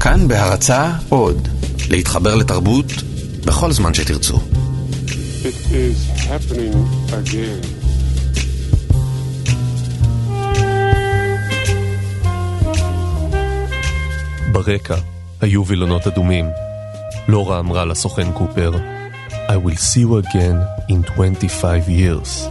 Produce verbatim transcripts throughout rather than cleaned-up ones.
כאן בהרצאה עוד, להתחבר לתרבות בכל זמן שתרצו. It is happening again. ברקע היו וילונות אדומים. לורה אמרה לסוכן קופר, I will see you again in twenty-five years.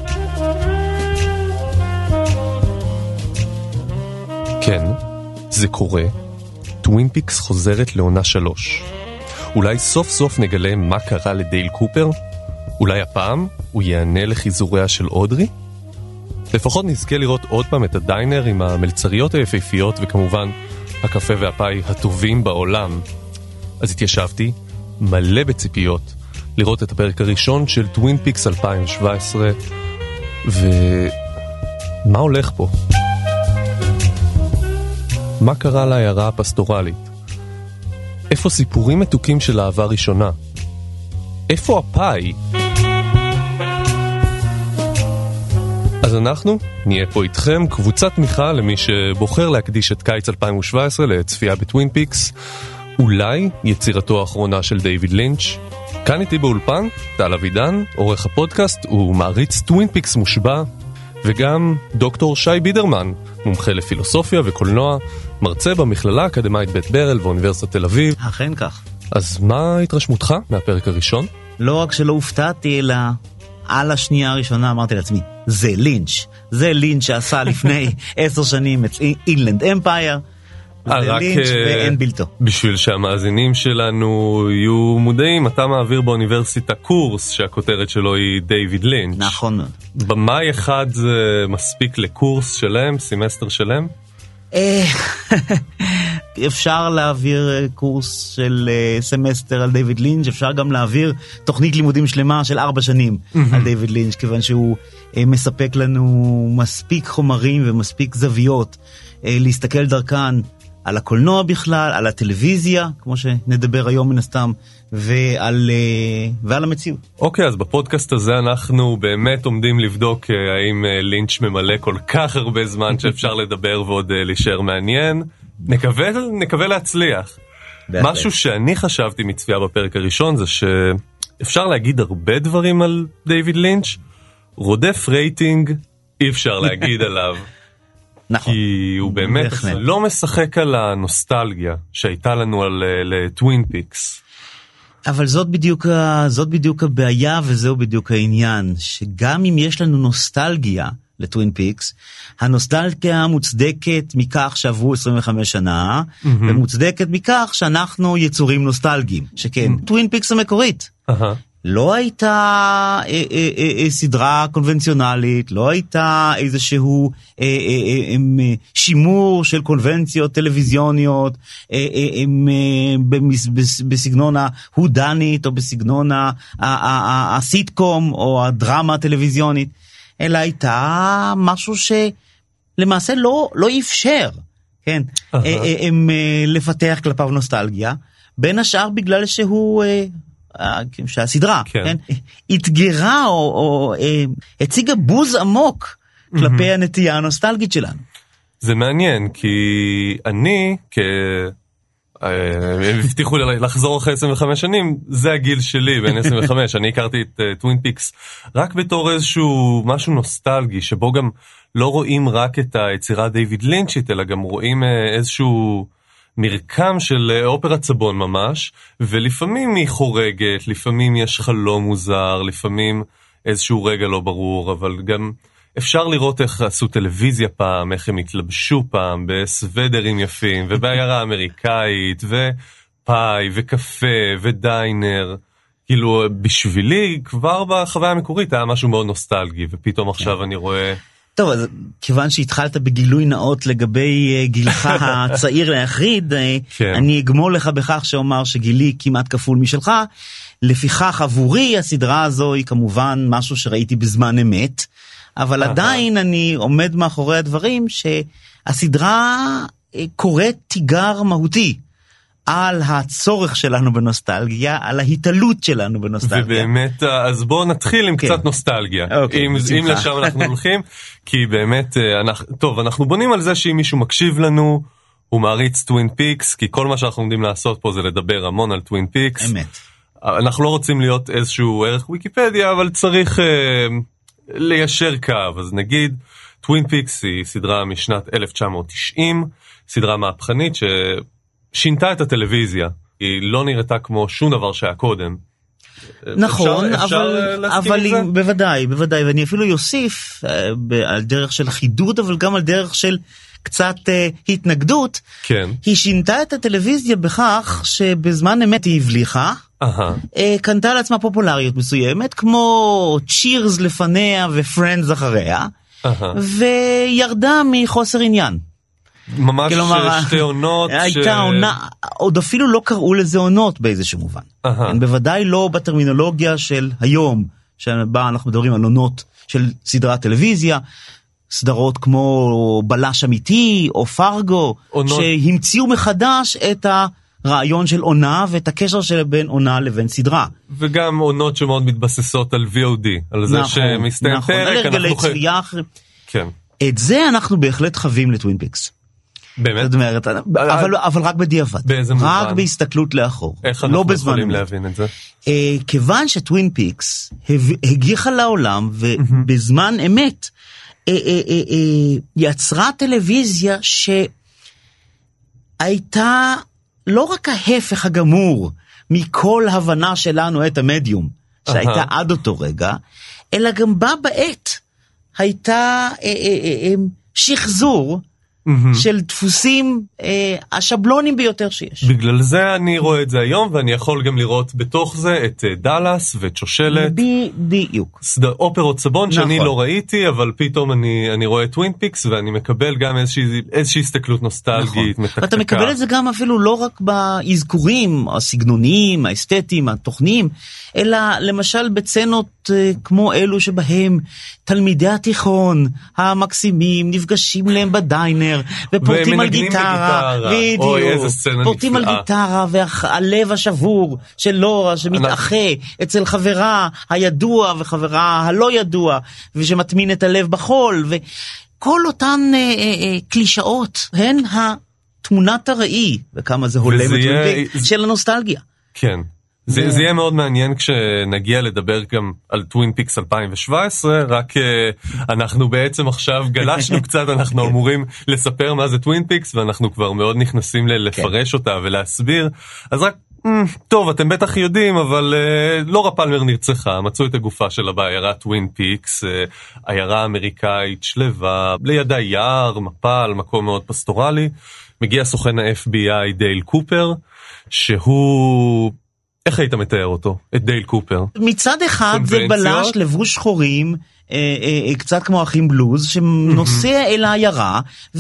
כן, זה קורה. טווין פיקס חוזרת לעונה שלוש. אולי סוף סוף נגלה מה קרה לדייל קופר? אולי הפעם הוא יענה לחיזוריה של אודרי? לפחות נזכה לראות עוד פעם את הדיינר עם המלצריות היפהפיות וכמובן הקפה והפאי הטובים בעולם. אז התיישבתי מלא בציפיות לראות את הפרק הראשון של טווין פיקס אלפיים שבע עשרה, ומה הולך פה? מה קרה לעיירה הפסטורלית? איפה סיפורים מתוקים של אהבה ראשונה? איפה הפאי? אז אנחנו נהיה פה איתכם, קבוצת תמיכה למי שבוחר להקדיש את קיץ אלפיים שבע עשרה לצפייה בטווין פיקס, אולי יצירתו האחרונה של דיוויד לינץ'. כאן איתי באולפן, טל אבידן, עורך הפודקאסט ומעריץ טווין פיקס מושבע, וגם דוקטור שי בידרמן, מומחה לפילוסופיה וקולנוע, מרצה במכללה האקדמית בית ברל באוניברסיטת תל אביב. אכן כך. אז מה התרשמותך מהפרק הראשון? לא רק שלא הופתעתי, אלא על השנייה הראשונה אמרתי לעצמי, זה לינץ'. זה לינץ' שעשה לפני עשר שנים את אינלנד אמפייר. זה לינץ' ואין בלתו. בשביל שהמאזינים שלנו יהיו מודעים, אתה מעביר באוניברסיטה קורס שהכותרת שלו היא דיוויד לינץ'. נכון. במאי אחד זה מספיק לקורס שלם, סמסטר שלם? אפשר להעביר קורס של סמסטר על דיוויד לינץ', אפשר גם להעביר תוכנית לימודים שלמה של ארבע שנים על דיוויד לינץ', כיוון שהוא מספק לנו מספיק חומרים ומספיק זוויות להסתכל דרכן על הקולנוע בכלל, על הטלוויזיה, כמו שנדבר היום מן הסתם, ועל, ועל המציאות. אוקיי, אז בפודקאסט הזה אנחנו באמת עומדים לבדוק האם לינץ' ממלא כל כך הרבה זמן שאפשר לדבר ועוד להישאר מעניין. נקווה, נקווה להצליח. בהחלט. משהו שאני חשבתי מצפייה בפרק הראשון זה שאפשר להגיד הרבה דברים על דיוויד לינץ', רודף רייטינג אי אפשר להגיד עליו. נכון. כי הוא באמת בהחלט. לא משחק על הנוסטלגיה שהייתה לנו על לטווין פיקס. אבל זאת בדיוק, זאת בדיוק הבעיה וזהו בדיוק העניין, שגם אם יש לנו נוסטלגיה לטווין פיקס, הנוסטלגיה מוצדקת מכך שעברו עשרים וחמש שנה, mm-hmm. ומוצדקת מכך שאנחנו יצורים נוסטלגיים, שכן, mm-hmm. טווין פיקס המקורית. Uh-huh. לא הייתה אה, אה, אה, סדרה קונבנציונלית, לא הייתה איזשהו אה, אה, אה, שימור של קונבנציות טלוויזיוניות, אה, אה, אה, במס, בס, בסגנון ההודנית או בסגנון הסיטקום או הדרמה הטלוויזיונית, אלא הייתה משהו שלמעשה לא, לא אפשר, כן, uh-huh. אה, אה, אה, לפתח כלפיו נוסטלגיה, בין השאר בגלל שהוא... אה, שהסדרה כן. כן, התגרה או, או אה, הציגה בוז עמוק כלפי mm-hmm. הנטייה הנוסטלגית שלנו. זה מעניין, כי אני, כ... הם הבטיחו לחזור אחרי עשרים וחמש שנים, זה הגיל שלי בין עשרים וחמש, אני הכרתי את טווין פיקס רק בתור איזשהו משהו נוסטלגי, שבו גם לא רואים רק את היצירה דיוויד לינצ'ית, אלא גם רואים איזשהו... מרקם של אופרת סבון ממש, ולפעמים היא חורגת, לפעמים יש חלום מוזר, לפעמים איזשהו רגע לא ברור, אבל גם אפשר לראות איך עשו טלוויזיה פעם, איך הם התלבשו פעם בסוודרים יפים, ובעיירה אמריקאית, ופאי, וקפה, ודיינר. כאילו, בשבילי, כבר בחוויה המקורית היה משהו מאוד נוסטלגי, ופתאום עכשיו אני רואה... טוב, אז כיוון שהתחלת בגילוי נאות לגבי גילך הצעיר להחריד, כן. אני אגמול לך בכך שאומר שגילי כמעט כפול משלך, לפיכך עבורי הסדרה הזו היא כמובן משהו שראיתי בזמן אמת, אבל עדיין אני עומד מאחורי הדברים שהסדרה קוראת תיגר מהותי, על הצורך שלנו בנוסטלגיה, על ההתעלות שלנו בנוסטלגיה. ובאמת, אז בואו נתחיל עם כן. קצת נוסטלגיה. אוקיי, אם, אם לשם אנחנו הולכים, כי באמת, אנחנו, טוב, אנחנו בונים על זה שאם מישהו מקשיב לנו, הוא מעריץ טווין פיקס, כי כל מה שאנחנו עומדים לעשות פה זה לדבר המון על טווין פיקס. אמת. אנחנו לא רוצים להיות איזשהו ערך ויקיפדיה, אבל צריך אה, ליישר קו. אז נגיד, טווין פיקס היא סדרה משנת אלף תשע מאות תשעים, סדרה מהפכנית ששינתה את הטלוויזיה. היא לא נראתה כמו שום דבר שהיה קודם. נכון, אפשר, אבל, אפשר אבל היא, בוודאי, בוודאי, ואני אפילו יוסיף uh, על דרך של חידוד, אבל גם על דרך של קצת uh, התנגדות. כן. היא שינתה את הטלוויזיה בכך שבזמן אמת היא הבליחה, uh-huh. uh, קנתה לעצמה פופולריות מסוימת, כמו צ'ירס לפניה ופרנדס אחריה, uh-huh. וירדה מחוסר עניין. ממש כלומר, שתי עונות. הייתה ש... עונה, עוד אפילו לא קראו לזה עונות באיזשהו מובן. Uh-huh. כן, בוודאי לא בטרמינולוגיה של היום, שבה אנחנו מדברים על עונות של סדרת טלוויזיה, סדרות כמו בלש אמיתי או פרגו, עונות... שהמציאו מחדש את הרעיון של עונה ואת הקשר של בין עונה לבין סדרה. וגם עונות שמאוד מתבססות על וי או די, על זה נכון, שמסתיים נכון, פרק. על הרגלי צפייה ח... כן. את זה אנחנו בהחלט חווים לטווין פיקס. באמת? זאת אומרת, אבל, אבל רק בדיעבד. באיזה מובן? רק בהסתכלות לאחור. איך אנחנו לא יכולים להבין את זה? כיוון שטווין פיקס הגיחה לעולם, ובזמן אמת יצרה טלוויזיה שהייתה לא רק ההפך הגמור מכל הבנה שלנו את המדיום, שהייתה עד אותו רגע, אלא גם בה בעת הייתה שחזור, Mm-hmm. של דפוסים אה, השבלונים ביותר שיש. בגלל זה אני רואה את זה היום, ואני יכול גם לראות בתוך זה את אה, דלס ואת שושלת. בדיוק. סד... אופרות סבון נכון. שאני לא ראיתי, אבל פתאום אני, אני רואה טווין פיקס, ואני מקבל גם איזושהי, איזושהי הסתכלות נוסטלגית, נכון. ואתה מקבל את זה גם אפילו לא רק באזכורים, הסגנוניים, האסתטיים, התוכניים, אלא למשל בצנות אה, כמו אלו שבהם תלמידי התיכון המקסימים נפגשים להם בדיינר, ופורטים על גיטרה, בדיוק, פורטים על גיטרה, והלב השבור של לורה שמתאחה אצל חברה הידוע וחברה הלא ידוע, ושמטמין את הלב בחול, וכל אותן אה, אה, קלישאות הן התמונת הראי, וכמה זה הולם יהיה... של הנוסטלגיה. כן. זה, זה יהיה מאוד מעניין כשנגיע לדבר גם על טווין פיקס אלפיים שבע עשרה, רק uh, אנחנו בעצם עכשיו גלשנו קצת, אנחנו אמורים לספר מה זה טווין פיקס, ואנחנו כבר מאוד נכנסים לפרש אותה ולהסביר, אז רק, mm, טוב, אתם בטח יודעים, אבל uh, לורה פלמר נרצחה, מצאו את הגופה שלה בעיירה טווין פיקס, uh, עיירה אמריקאית שלווה, לידה יער, מפל, מקום מאוד פסטורלי, מגיע סוכן ה-אף בי איי דייל קופר, שהוא... איך היית מתאר אותו? את דייל קופר? מצד אחד זה בלש לבוש שחורים, אה, אה, קצת כמו אחים בלוז, שנוסע אל העיירה,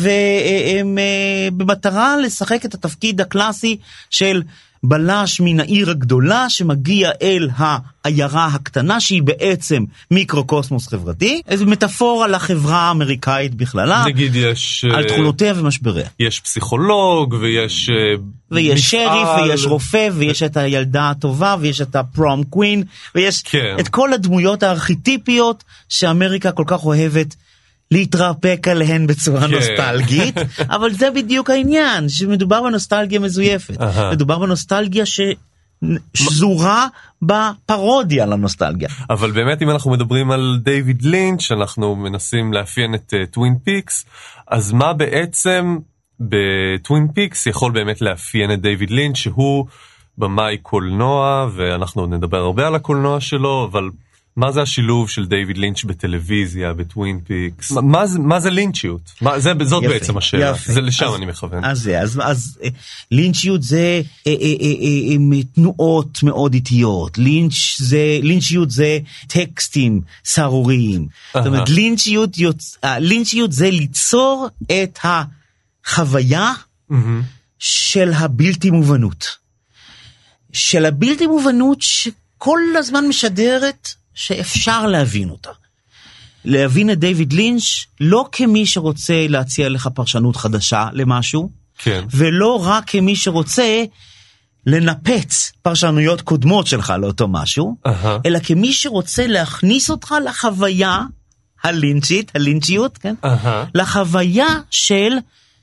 ובמטרה לשחק את התפקיד הקלאסי של בלש מן העיר הגדולה, שמגיע אל העיירה הקטנה, שהיא בעצם מיקרוקוסמוס חברתי, איזו מטאפורה לחברה האמריקאית בכללה, נגיד יש... על תכונותיה ומשבריה. יש פסיכולוג, ויש... ויש שריף, ויש רופא, ויש את הילדה הטובה, ויש את הפרום קווין, ויש כן. את כל הדמויות הארכיטיפיות, שאמריקה כל כך אוהבת להתרפק עליהן בצורה כן. נוסטלגית, אבל זה בדיוק העניין, שמדובר בנוסטלגיה מזויפת. Uh-huh. מדובר בנוסטלגיה שזורה בפרודיה לנוסטלגיה. אבל באמת אם אנחנו מדברים על דיוויד לינץ', אנחנו מנסים לאפיין את טווין uh, פיקס, אז מה בעצם בטווין פיקס יכול באמת לאפיין את דיוויד לינץ', שהוא במאי קולנוע, ואנחנו נדבר הרבה על הקולנוע שלו, אבל... מה זה השילוב של דיוויד לינץ' בטלוויזיה, בטווין פיקס? מה, מה זה לינצ'יות? מה, זה, זאת יפה, בעצם השאלה. יפה. זה לשם אז, אני מכוון. אז, אז, אז לינצ'יות זה אה, אה, אה, אה, תנועות מאוד איטיות. לינץ' זה, לינצ'יות זה טקסטים סערוריים. זאת אומרת, לינצ'יות, יוצ... לינצ'יות זה ליצור את החוויה של הבלתי מובנות. של הבלתי מובנות שכל הזמן משדרת שאפשר להבין אותה. להבין את דיוויד לינץ' לא כמי שרוצה להציע לך פרשנות חדשה למשהו, כן. ולא רק כמי שרוצה לנפץ פרשנויות קודמות שלך לאותו משהו, uh-huh. אלא כמי שרוצה להכניס אותך לחוויה הלינצ'ית, הלינצ'יות, כן? Uh-huh. לחוויה של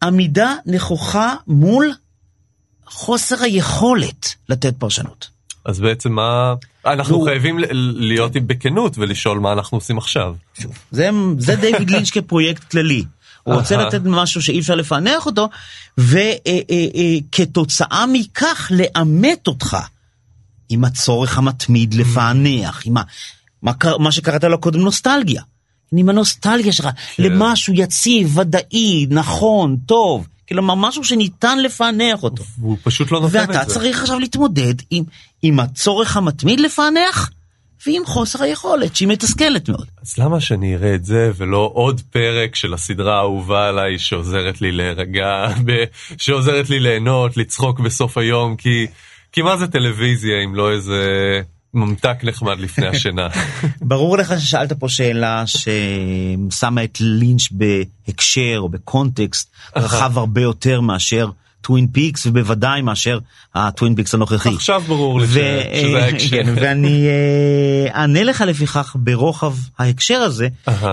עמידה נכוחה מול חוסר היכולת לתת פרשנות. אז בעצם מה... אנחנו חייבים להיות בכנות ולשאול מה אנחנו עושים עכשיו. שוב, זה, זה דיוויד לינץ' כפרויקט כללי. הוא רוצה לתת משהו שאי אפשר לפענח אותו, וכתוצאה מכך לאמת אותך עם הצורך המתמיד לפענח, עם מה שקראת לו קודם נוסטלגיה. עם הנוסטלגיה שלך, למשהו יציב, ודאי, נכון, טוב. כלומר, משהו שניתן לפענח אותו. הוא פשוט לא נותן את זה. ואתה צריך עכשיו להתמודד עם, עם הצורך המתמיד לפענח, ועם חוסר היכולת, שהיא מתסכלת מאוד. אז למה שאני אראה את זה, ולא עוד פרק של הסדרה האהובה עליי, שעוזרת לי להירגע, שעוזרת לי ליהנות, לצחוק בסוף היום, כי, כי מה זה טלוויזיה, אם לא איזה ממתק נחמד לפני השינה? ברור לך ששאלת פה שאלה ששמה את לינץ' בהקשר או בקונטקסט רחב הרבה יותר מאשר טווין פיקס, ובוודאי מאשר הטווין פיקס הנוכחי. עכשיו ברור לי שזה ההקשר. ואני אענה לך לפיכך ברוחב ההקשר הזה,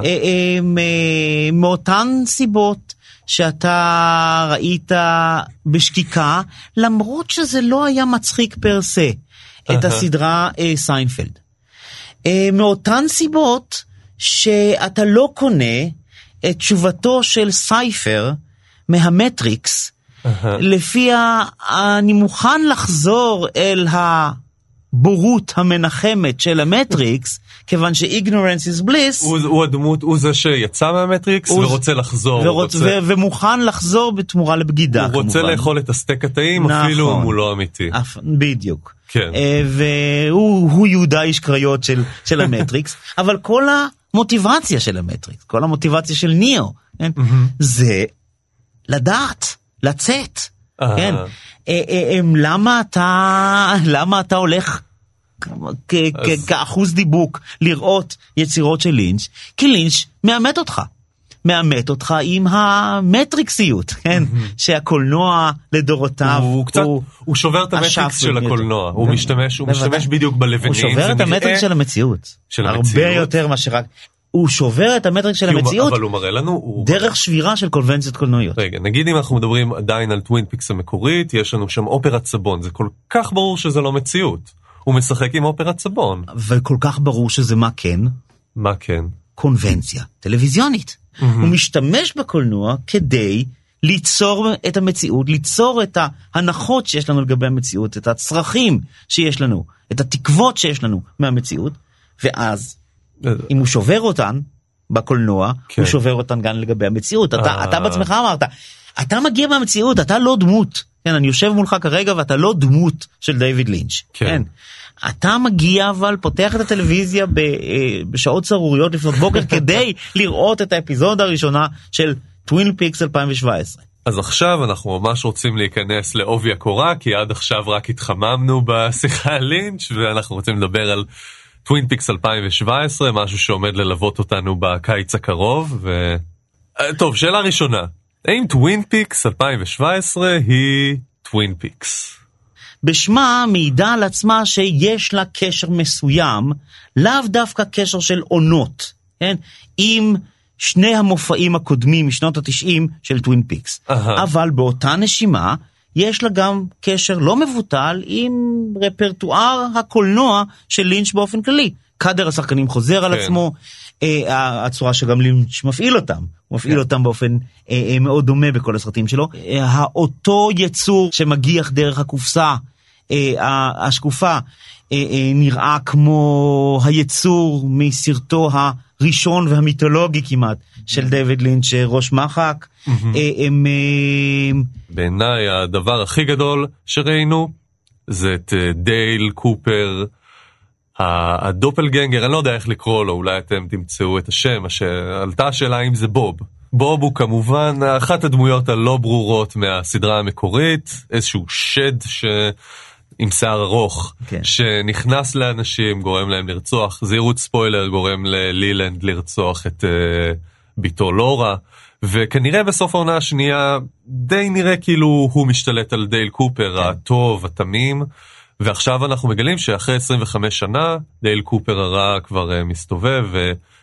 מאותן סיבות שאתה ראית בשקיקה, למרות שזה לא היה מצחיק פרסה, את הסדרה סיינפלד. מאותן סיבות שאתה לא קונה את תשובתו של סייפר מהמטריקס, לפיה אני מוכן לחזור אל הבורות המנחמת של המטריקס, כיוון ש-ignorance is bliss. הוא הדמות, הוא זה שיצא מהמטריקס ורוצה לחזור. ומוכן לחזור בתמורה לבגידה. הוא רוצה לאכול את הסטייק הטעים, אפילו אם הוא לא אמיתי. בדיוק. כן. והוא יהודה איש קריות של המטריקס, אבל כל המוטיבציה של המטריקס, כל המוטיבציה של ניאו, זה לדעת. לצאת, כן. למה אתה, למה אתה הולך כאחוז דיבוק לראות יצירות של לינץ'? כי לינץ' מאמת אותך. מאמת אותך עם המטריקסיות, כן? שהקולנוע לדורותיו הוא קצת, הוא שובר את המטריקס של הקולנוע. הוא משתמש, הוא משתמש בדיוק בלבנים. הוא שובר את המטריקס של המציאות. הרבה יותר מה שרק... הוא שובר את המטריקס של המציאות, אבל הוא מראה לנו דרך שבירה של קונבנציות קולנועיות. רגע, נגיד אם אנחנו מדברים עדיין על טווין פיקס המקורית, יש לנו שם אופרת סבון, זה כל כך ברור שזה לא מציאות. הוא משחק עם אופרת סבון. וכל כך ברור שזה מה כן? מה כן? קונבנציה טלוויזיונית. הוא משתמש בקולנוע כדי ליצור את המציאות, ליצור את ההנחות שיש לנו לגבי המציאות, את הצרכים שיש לנו, את התקוות שיש לנו מהמציאות, ואז אם הוא שובר אותן בקולנוע, כן. הוא שובר אותן גם לגבי המציאות. אתה, אתה בעצמך אמרת, אתה מגיע מהמציאות, אתה לא דמות. כן, אני יושב מולך כרגע ואתה לא דמות של דיוויד לינץ'. כן. כן. אתה מגיע אבל פותח את הטלוויזיה בשעות צרוריות לפנות בוקר כדי לראות את האפיזודה הראשונה של טווין פיקס אלפיים שבע עשרה. אז עכשיו אנחנו ממש רוצים להיכנס לעובי הקורה, כי עד עכשיו רק התחממנו בשיחה על לינץ' ואנחנו רוצים לדבר על טווין פיקס אלפיים שבע עשרה, משהו שעומד ללוות אותנו בקיץ הקרוב. ו... טוב, שאלה ראשונה. האם טווין פיקס אלפיים שבע עשרה היא טווין פיקס? בשמה מעידה על עצמה שיש לה קשר מסוים, לאו דווקא קשר של עונות, כן? עם שני המופעים הקודמים משנות התשעים של טווין פיקס. אבל באותה נשימה, יש לה גם קשר לא מבוטל עם רפרטואר הקולנוע של לינץ' באופן כללי. קאדר השחקנים חוזר על עצמו, הצורה שגם לינץ' מפעיל אותם, הוא מפעיל אותם באופן מאוד דומה בכל הסרטים שלו. האותו יצור שמגיח דרך הקופסה השקופה, נראה כמו היצור מסרטו הראשון והמיתולוגי כמעט של דיוויד לינץ', ראש מחק. בעיניי הדבר הכי גדול שראינו זה את דייל קופר, הדופלגנגר, אני לא יודע איך לקרוא לו, אולי אתם תמצאו את השם, שעלתה השאלה אם זה בוב. בוב הוא כמובן אחת הדמויות הלא ברורות מהסדרה המקורית, איזשהו שד ש... עם שיער ארוך, כן. שנכנס לאנשים, גורם להם לרצוח, זהירות ספוילר, גורם ללילנד לרצוח את uh, ביתו לורה, וכנראה בסוף העונה השנייה די נראה כאילו הוא משתלט על דייל קופר, כן. הטוב, התמים, ועכשיו אנחנו מגלים שאחרי עשרים וחמש שנה, דייל קופר הרע כבר uh, מסתובב,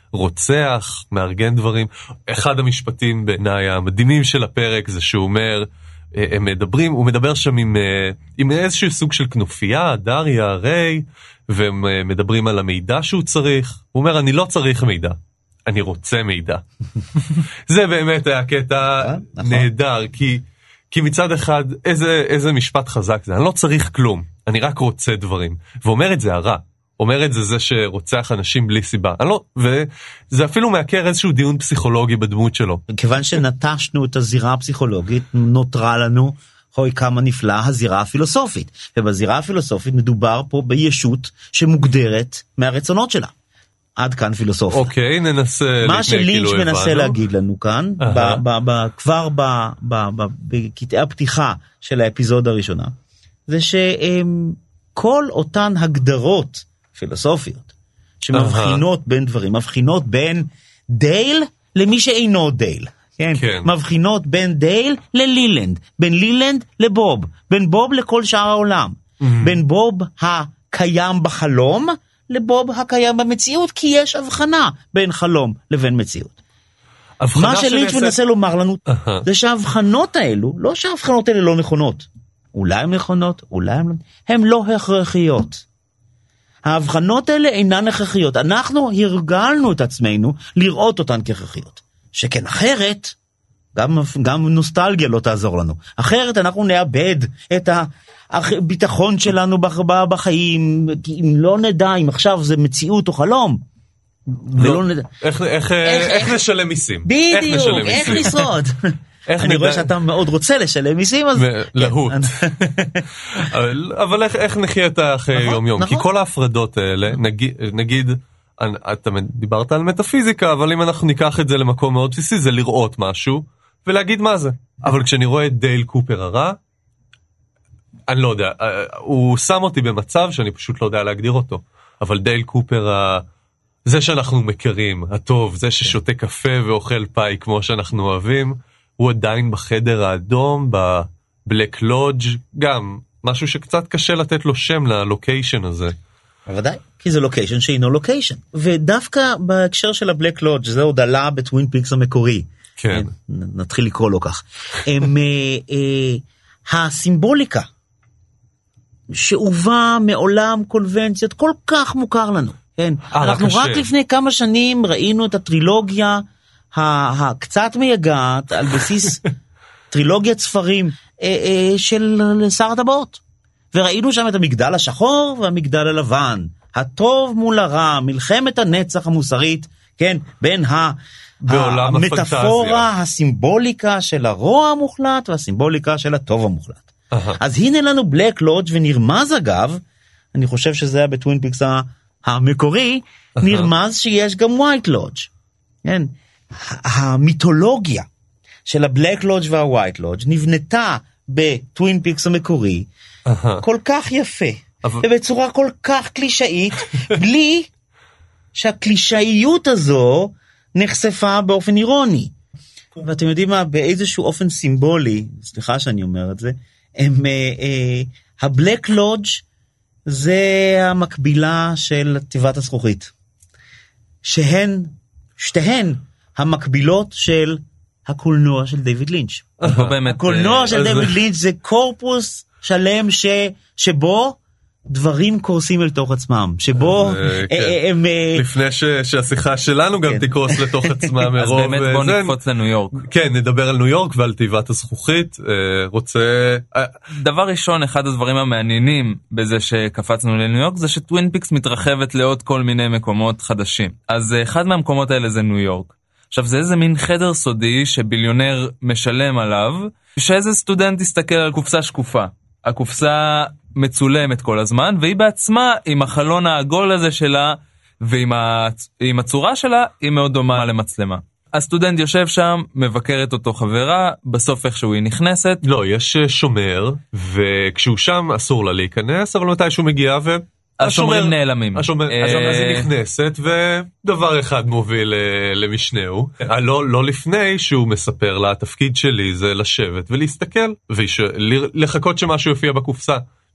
רוצח, מארגן דברים. אחד המשפטים בעיניי המדהימים של הפרק זה שהוא אומר, הם מדברים, הוא מדבר שם עם, עם איזשהו סוג של כנופיה, דריה, ריי, והם מדברים על המידע שהוא צריך. הוא אומר, אני לא צריך מידע, אני רוצה מידע. זה באמת היה קטע נהדר, כי, כי מצד אחד, איזה, איזה משפט חזק זה, אני לא צריך כלום, אני רק רוצה דברים. ואומר את זה הרע. אומר את זה זה שרוצח אנשים בלי סיבה. לא, וזה אפילו מעקר איזשהו דיון פסיכולוגי בדמות שלו. כיוון שנטשנו את הזירה הפסיכולוגית, נותרה לנו, אוי כמה נפלא, הזירה הפילוסופית. ובזירה הפילוסופית מדובר פה בישות שמוגדרת מהרצונות שלה. עד כאן פילוסופיה. אוקיי, ננסה... מה שלינץ' מנסה להגיד לנו כאן, כבר בקטעי הפתיחה של האפיזוד הראשונה, זה שכל אותן הגדרות פילוסופיות, שמבחינות בין דברים, מבחינות בין דייל למי שאינו דייל. כן? כן. מבחינות בין דייל ללילנד, בין לילנד לבוב, בין בוב לכל שאר העולם, mm-hmm. בין בוב הקיים בחלום לבוב הקיים במציאות, כי יש הבחנה בין חלום לבין מציאות. מה שלינץ' מנסה לומר לנו, uh-huh. זה שההבחנות האלו, לא שההבחנות האלה לא נכונות, אולי הן נכונות, אולי הן לא, הן לא הכרחיות. ההבחנות האלה אינן הכרחיות. אנחנו הרגלנו את עצמנו לראות אותן כהכרחיות. שכן אחרת, גם, גם נוסטלגיה לא תעזור לנו. אחרת אנחנו נאבד את הביטחון שלנו בחיים, אם לא נדע אם עכשיו זה מציאות או חלום. לא, נדע. איך, איך, איך, איך נשלם מיסים? בדיוק, איך לשרוד. אני רואה שאתה מאוד רוצה לשלם מיסים, אז... להוט. אבל איך נחיה את החיי יום יום? כי כל ההפרדות האלה, נגיד, אתה דיברת על מטאפיזיקה, אבל אם אנחנו ניקח את זה למקום מאוד בסיסי, זה לראות משהו ולהגיד מה זה. אבל כשאני רואה את דייל קופר הרע, אני לא יודע, הוא שם אותי במצב שאני פשוט לא יודע להגדיר אותו. אבל דייל קופר, זה שאנחנו מכירים, הטוב, זה ששותה קפה ואוכל פאי כמו שאנחנו אוהבים, הוא עדיין בחדר האדום, בבלק לודג', גם משהו שקצת קשה לתת לו שם ללוקיישן הזה. בוודאי, כי זה לוקיישן שאינו לוקיישן. ודווקא בהקשר של הבלק לודג' זה עוד עלה בטווין פיקס המקורי. כן. נתחיל לקרוא לו כך. הם, אה, אה, הסימבוליקה שהובא מעולם קונבנציות כל כך מוכר לנו. כן. אנחנו רק לפני כמה שנים ראינו את הטרילוגיה הקצת מייגעת על בסיס טרילוגיית ספרים של שר הטבעות. וראינו שם את המגדל השחור והמגדל הלבן, הטוב מול הרע, מלחמת הנצח המוסרית, כן, בין המטאפורה, הסימבוליקה של הרוע המוחלט והסימבוליקה של הטוב המוחלט. אז הנה לנו בלק לודג' ונרמז אגב, אני חושב שזה היה בטווין פיקס המקורי, נרמז שיש גם ווייט לודג'. כן, המיתולוגיה של הבלק לודג' והווייט לודג' נבנתה בטווין פיקס המקורי כל כך יפה ובצורה כל כך קלישאית, בלי שהקלישאיות הזו נחשפה באופן אירוני. ואתם יודעים מה, באיזשהו אופן סימבולי, סליחה שאני אומר את זה, הם, אה, אה, הבלק לודג' זה המקבילה של תיבת הזכוכית, שהן שתיהן המקבילות של הקולנוע של דיוויד לינץ'. הקולנוע של דיוויד לינץ' זה קורפוס שלם ש, שבו דברים קורסים אל תוך עצמם, שבו הם... לפני שהשיחה שלנו גם תקרוס לתוך עצמם מרוב... אז באמת בוא נקפוץ לניו יורק. כן, נדבר על ניו יורק ועל תיבת הזכוכית. רוצה... דבר ראשון, אחד הדברים המעניינים בזה שקפצנו לניו יורק, זה שטווין פיקס מתרחבת לעוד כל מיני מקומות חדשים. אז אחד מהמקומות האלה זה ניו יורק. עכשיו זה איזה מין חדר סודי שביליונר משלם עליו, שאיזה סטודנט יסתכל על קופסה שקופה. הקופסה מצולמת כל הזמן, והיא בעצמה עם החלון העגול הזה שלה, ועם ה... הצורה שלה, היא מאוד דומה למצלמה. הסטודנט יושב שם, מבקרת אותו חברה, בסוף איכשהו היא נכנסת. לא, יש שומר, וכשהוא שם אסור לה להיכנס, אבל מתי שהוא מגיע ו... השומרים נעלמים. השומר, אז היא נכנסת, ודבר אחד מוביל למשנהו. לא לפני שהוא מספר לה, התפקיד שלי זה לשבת ולהסתכל, ולחכות שמשהו יופיע בקופסה.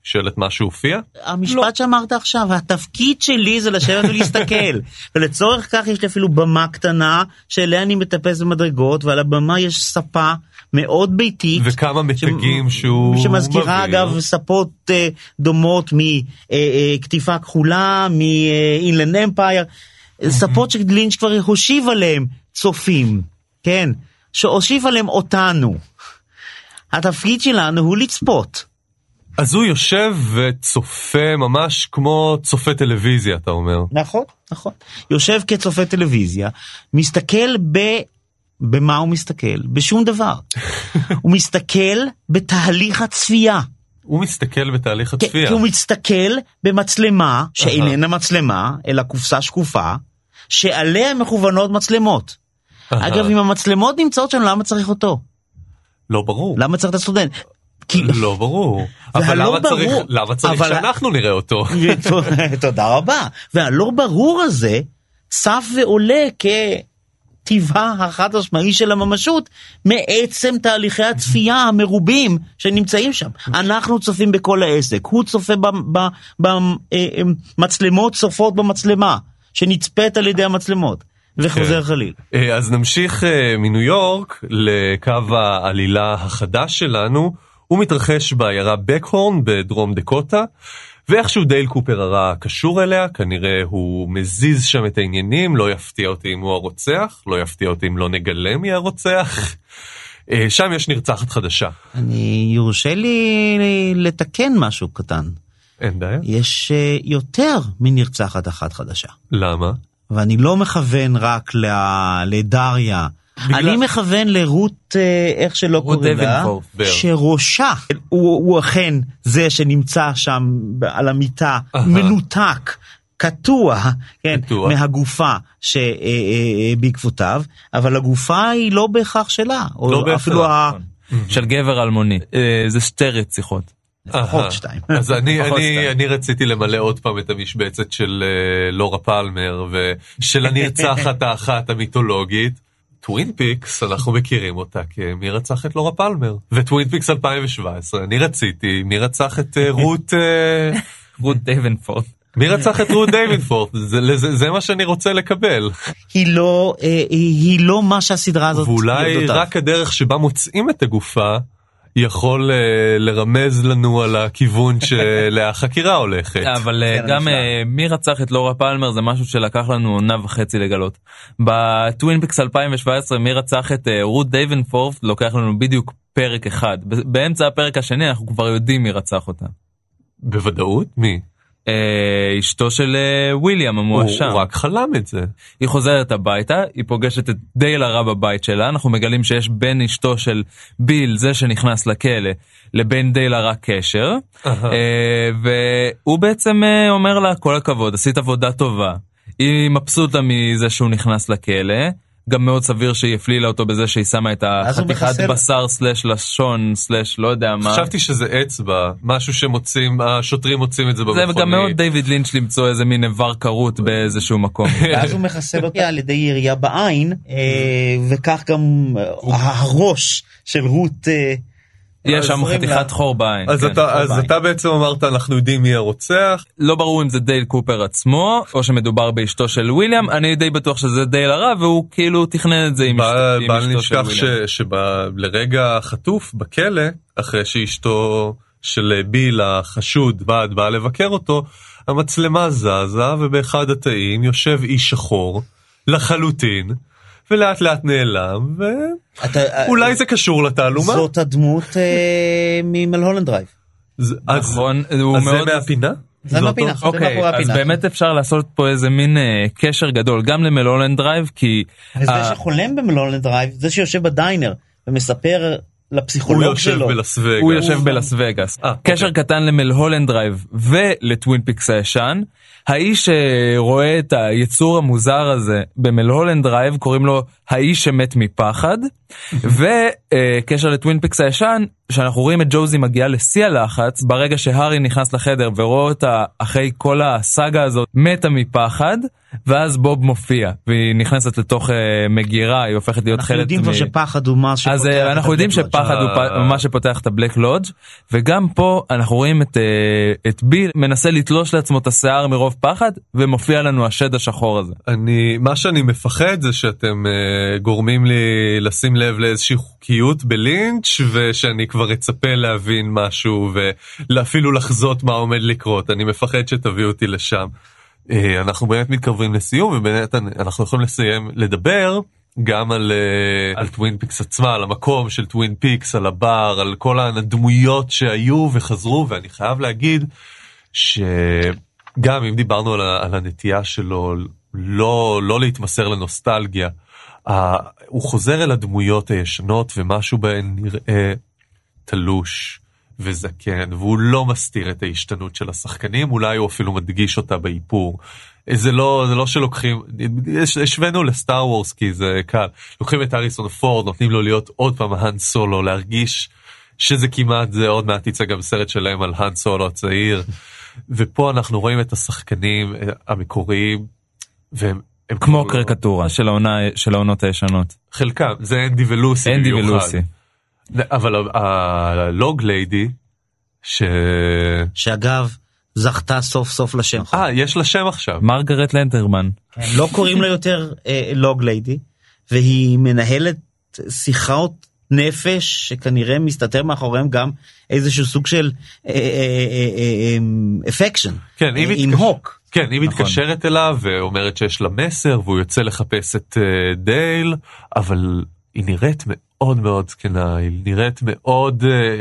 שואלת מה שהופיע? המשפט לא. שאמרת עכשיו, התפקיד שלי זה לשבת ולהסתכל. ולצורך כך יש לי אפילו במה קטנה, שאליה אני מטפס במדרגות, ועל הבמה יש ספה מאוד ביתית. וכמה מתגים ש... שהוא שמזכירה מביא. אגב ספות אה, דומות מכתיפה אה, כחולה, מאינלנד אמפייר, ספות שלינץ' כבר הושיב עליהם צופים, כן? שהושיב עליהם אותנו. התפקיד שלנו הוא לצפות. אז הוא יושב וצופה ממש כמו צופה טלוויזיה, אתה אומר. נכון, נכון. יושב כצופה טלוויזיה, מסתכל ב... במה הוא מסתכל? בשום דבר. הוא מסתכל בתהליך הצפייה. הוא מסתכל בתהליך הצפייה. כי הוא מסתכל במצלמה, שאיננה מצלמה, אלא קופסה שקופה, שעליה מכוונות מצלמות. אגב, אם המצלמות נמצאות שם, למה צריך אותו? לא ברור. למה צריך את הסטודנט? לא ברור. אבל למה צריך שאנחנו נראה אותו? תודה רבה. והלא ברור הזה צף ועולה כטבעה החד משמעי של הממשות מעצם תהליכי הצפייה המרובים שנמצאים שם. אנחנו צופים בכל העסק. הוא צופה במצלמות, צופות במצלמה שנצפית על ידי המצלמות. וחוזר חליל. אז נמשיך מניו יורק לקו העלילה החדש שלנו. הוא מתרחש בעיירה בקהורן בדרום דקוטה, ואיכשהו דייל קופר הרע קשור אליה, כנראה הוא מזיז שם את העניינים, לא יפתיע אותי אם הוא הרוצח, לא יפתיע אותי אם לא נגלה מי הרוצח. שם יש נרצחת חדשה. אני יורשה לי לתקן משהו קטן. אין בעיה. יש יותר מנרצחת אחת חדשה. למה? ואני לא מכוון רק לדריה, בגלל... אני מכוון לרות, איך שלא קוראים לה, שראשה, הוא, הוא אכן זה שנמצא שם על המיטה, uh-huh. מנותק, קטוע, כן, קטוע. מהגופה שבעקבותיו, אבל הגופה היא לא בהכרח שלה, לא או אפילו ה... של גבר אלמוני, זה שתי רציחות. לפחות שתיים. אז אני, אני, אני רציתי למלא עוד פעם את המשבצת של לורה פלמר, ושל הנרצחת האחת המיתולוגית, טווין פיקס, אנחנו מכירים אותה כמי רצח את לורה פלמר. וטווין פיקס אלפיים שבע עשרה, אני רציתי מי רצח את רות... רות דייבנפורט. מי רצח את רות דייבנפורט? זה, זה, זה מה שאני רוצה לקבל. היא לא, היא, היא לא מה שהסדרה הזאת... ואולי רק הדרך שבה מוצאים את הגופה, יכול לרמז לנו על הכיוון שהחקירה הולכת. אבל גם מי רצח את לורה פלמר זה משהו שלקח לנו עונה וחצי לגלות. בטווין פיקס אלפיים שבע עשרה מי רצח את רות דייבנפורט לוקח לנו בדיוק פרק אחד. באמצע הפרק השני אנחנו כבר יודעים מי רצח אותה. בוודאות? מי? אשתו של וויליאם המואשם. הוא רק חלם את זה. היא חוזרת הביתה, היא פוגשת את דייל הרע בבית שלה, אנחנו מגלים שיש בין אשתו של ביל, זה שנכנס לכלא, לבין דייל הרע קשר, והוא בעצם אומר לה, כל הכבוד, עשית עבודה טובה. היא מבסוטה מזה שהוא נכנס לכלא, גם מאוד סביר שהיא הפלילה אותו בזה שהיא שמה את החתיכת בשר סלש לשון סלש לא יודע מה. חשבתי שזה אצבע, משהו שמוצאים, השוטרים מוצאים את זה במכונית. זה גם מאוד דיוויד לינץ' למצוא איזה מין איבר קרוט באיזשהו מקום. ואז הוא מחסל אותי על ידי ירייה בעין, וכך גם הראש של רות... יש שם חתיכת חור בעין. אז, כן, אתה, אז אתה בעצם אמרת, אנחנו יודעים מי הרוצח. לא ברור אם זה דייל קופר עצמו, או שמדובר באשתו של וויליאם. אני די בטוח שזה דייל הרע, והוא כאילו תכנן את זה עם, בא, עם בא אשתו של וויליאם. שלרגע חטוף בכלא, אחרי שאשתו של ביל החשוד בא, בא לבקר אותו, המצלמה זזה, ובאחד התאים יושב איש שחור, לחלוטין, ולאט לאט נעלם, ואולי זה קשור לתעלומה. זאת הדמות ממלהולנד דרייב. נכון. אז זה מהפינה? זה מהפינה. אוקיי, אז באמת אפשר לעשות פה איזה מין קשר גדול, גם למלהולנד דרייב, כי... וזה שחולם במלהולנד דרייב, זה שיושב בדיינר ומספר לפסיכולוג שלו. הוא יושב בלס וגאס. קשר קטן למלהולנד דרייב ולטווין פיקס הישן. האיש שרואה את היצור המוזר הזה במלהולנד דרייב, קוראים לו האיש שמת מפחד, וקשר לטווין פיקס הישן, שאנחנו רואים את ג'וזי מגיעה לשיא הלחץ, ברגע שהארי נכנס לחדר ורואה אותה אחרי כל הסאגה הזאת, מתה מפחד, ואז בוב מופיע, והיא נכנסת לתוך uh, מגירה, היא הופכת להיות חלק... אנחנו יודעים כבר שפחד הוא מה שפותח את אז אנחנו יודעים שפחד הוא מה שפותח את הבלק לודג', וגם פה אנחנו רואים את, uh, את ביל מנסה לתלוש לעצמו את השיער מרוב פחד, ומופיע לנו השד השחור הזה. אני, מה שאני מפחד זה שאתם uh, גורמים לי לשים לב לאיזושהי חוקיות בלינץ', ושאני כבר אצפה להבין משהו, ואפילו לחזות מה עומד לקרות. אני מפחד שתביאו אותי לשם. אנחנו באמת מתקרבים לסיום, ובאמת אנחנו יכולים לסיים לדבר גם על, על טווין פיקס עצמה, על המקום של טווין פיקס, על הבר, על כל הדמויות שהיו וחזרו, ואני חייב להגיד שגם אם דיברנו על, על הנטייה שלו לא, לא להתמסר לנוסטלגיה, הוא חוזר אל הדמויות הישנות ומשהו בהן נראה תלוש וזקן, והוא לא מסתיר את ההשתנות של השחקנים, אולי הוא אפילו מדגיש אותה באיפור. זה לא, זה לא שלוקחים, השווינו לסטאר וורס כי זה קל, לוקחים את הריסון פורד, נותנים לו להיות עוד פעם האן סולו, להרגיש שזה כמעט, זה עוד מעט יצא גם סרט שלהם על האן סולו הצעיר, ופה אנחנו רואים את השחקנים המקוריים, והם הם כמו קריקטורה של העונה, של העונות הישנות. חלקם, זה אנדי ולוסי. אנדי ולוסי. אבל הלוג ליידי, ש... שאגב, זכתה סוף סוף לשם. אה, יש לה שם עכשיו. מרגרט לנטרמן. לא קוראים לה יותר אה, לוג ליידי, והיא מנהלת שיחות נפש, שכנראה מסתתר מאחוריהם גם איזשהו סוג של אפקשן. כן, היא עם הוק. כן, היא מתקשרת אליו ואומרת שיש לה מסר, והוא יוצא לחפש את דייל, אבל היא נראית מאוד מאוד זקנה, היא נראית מאוד...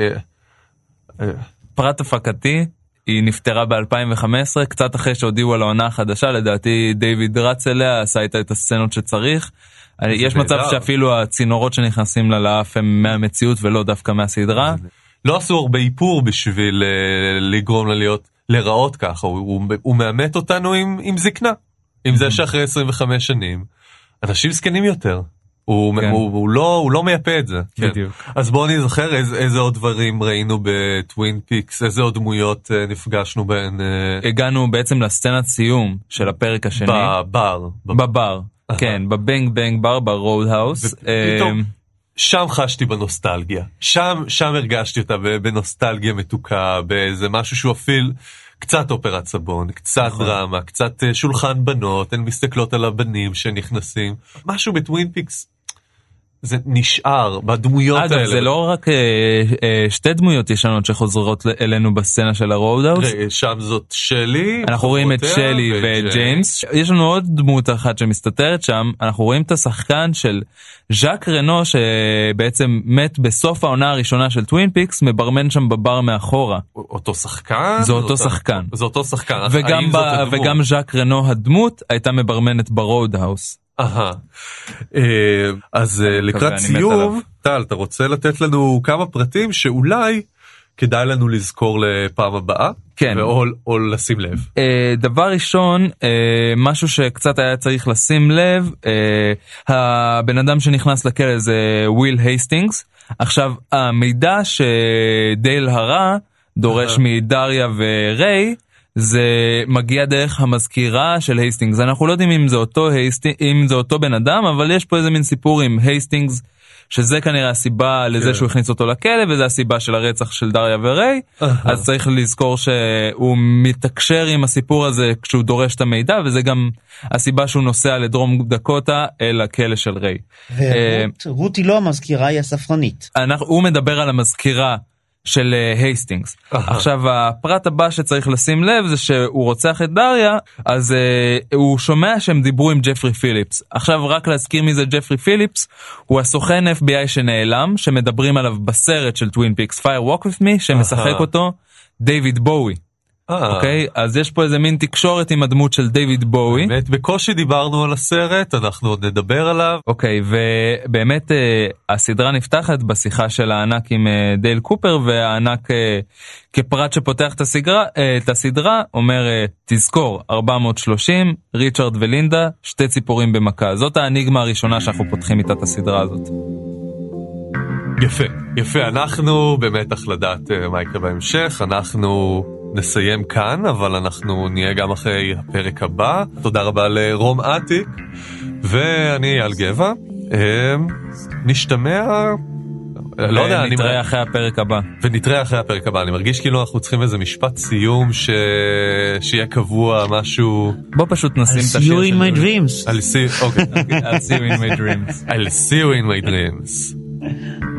פרט הפקתי, היא נפטרה ב-אלפיים וחמש עשרה, קצת אחרי שהודיעו על העונה החדשה, לדעתי דיוויד רץ אליה, עשה איתה את הסצנות שצריך. יש מצב שאפילו הצינורות שנכנסים לה לאף הם מהמציאות ולא דווקא מהסדרה. לא עשו הרבה איפור בשביל לגרום לה להיות, לראות ככה, הוא מאמת אותנו עם זקנה, עם זה שאחרי עשרים וחמש שנים, אנשים זקנים יותר. הוא, כן. הוא, הוא, לא, הוא לא מייפה את זה. בדיוק. כן. אז בואו נזכר איזה, איזה עוד דברים ראינו בטווין פיקס, איזה עוד דמויות uh, נפגשנו בהן. Uh... הגענו בעצם לסצנת סיום של הפרק השני. בבר. בבר, כן, בבנג בנג בר, ברוד האוס. ופתאום, שם חשתי בנוסטלגיה. שם, שם הרגשתי אותה בנוסטלגיה מתוקה, באיזה משהו שהוא אפילו... קצת אופרת סבון, קצת דרמה, קצת שולחן בנות, הן מסתכלות על הבנים שנכנסים. משהו בטווין פיקס, זה נשאר בדמויות האלה. אגב, זה לא רק אה, אה, שתי דמויות ישנות שחוזרות אלינו בסצנה של הרודהאוס. שם זאת שלי. אנחנו רואים את שלי וג'יימס. יש לנו עוד דמות אחת שמסתתרת שם. אנחנו רואים את השחקן של ז'אק רנו, שבעצם מת בסוף העונה הראשונה של טווין פיקס, מברמן שם בבר מאחורה. אותו שחקן? זה אותו שחקן. זה אותו שחקן. וגם, ב, וגם ז'אק רנו הדמות הייתה מברמנת ברודהאוס. אהה, אז לקראת סיום, טל, אתה רוצה לתת לנו כמה פרטים שאולי כדאי לנו לזכור לפעם הבאה? כן. או לשים לב. דבר ראשון, משהו שקצת היה צריך לשים לב, הבן אדם שנכנס לכלא זה וויל הייסטינגס. עכשיו, המידע שדייל הרע דורש מדריה וריי, זה מגיע דרך המזכירה של הייסטינגס. אנחנו לא יודעים אם זה אותו הייסטינגס, אם זה אותו בן אדם, אבל יש פה איזה מין סיפור עם הייסטינגס, שזה כנראה הסיבה לזה כן. שהוא הכניס אותו לכלא, וזה הסיבה של הרצח של דריה וריי. אז צריך לזכור שהוא מתקשר עם הסיפור הזה כשהוא דורש את המידע, וזה גם הסיבה שהוא נוסע לדרום דקוטה אל הכלא של ריי. ורות היא לא המזכירה, היא הספרנית. הוא מדבר על המזכירה של הייסטינגס. Uh, עכשיו, הפרט הבא שצריך לשים לב זה שהוא רוצח את דריה, אז uh, הוא שומע שהם דיברו עם ג'פרי פיליפס. עכשיו, רק להזכיר מי זה ג'פרי פיליפס, הוא הסוכן אף בי איי שנעלם, שמדברים עליו בסרט של טווין פיקס, Fire Walk With Me, שמשחק uh-huh. אותו דיוויד בואי. אוקיי, אז יש פה איזה מין תקשורת עם הדמות של דיוויד בואי. באמת, בקושי דיברנו על הסרט, אנחנו עוד נדבר עליו. אוקיי, ובאמת הסדרה נפתחת בשיחה של הענק עם דייל קופר, והענק כפרט שפותח את הסדרה, אומר, תזכור, ארבע מאות ושלושים, ריצ'רד ולינדה, שתי ציפורים במכה. זאת האניגמה הראשונה שאנחנו פותחים איתה את הסדרה הזאת. יפה, יפה, אנחנו במתח לדעת מה יקרה בהמשך, אנחנו נסיים כאן, אבל אנחנו נהיה גם אחרי הפרק הבא. תודה רבה לרום עתיק, ואני אייל גבע, נשתמע, לא יודע, ונתראה אחרי הפרק הבא. ונתראה אחרי הפרק הבא, אני מרגיש כאילו אנחנו צריכים איזה משפט סיום ש... שיהיה קבוע, משהו... בוא פשוט נשים את השיר של... I'll see you in my dreams. I'll see, okay. I'll see you in my dreams. I'll see you in my dreams.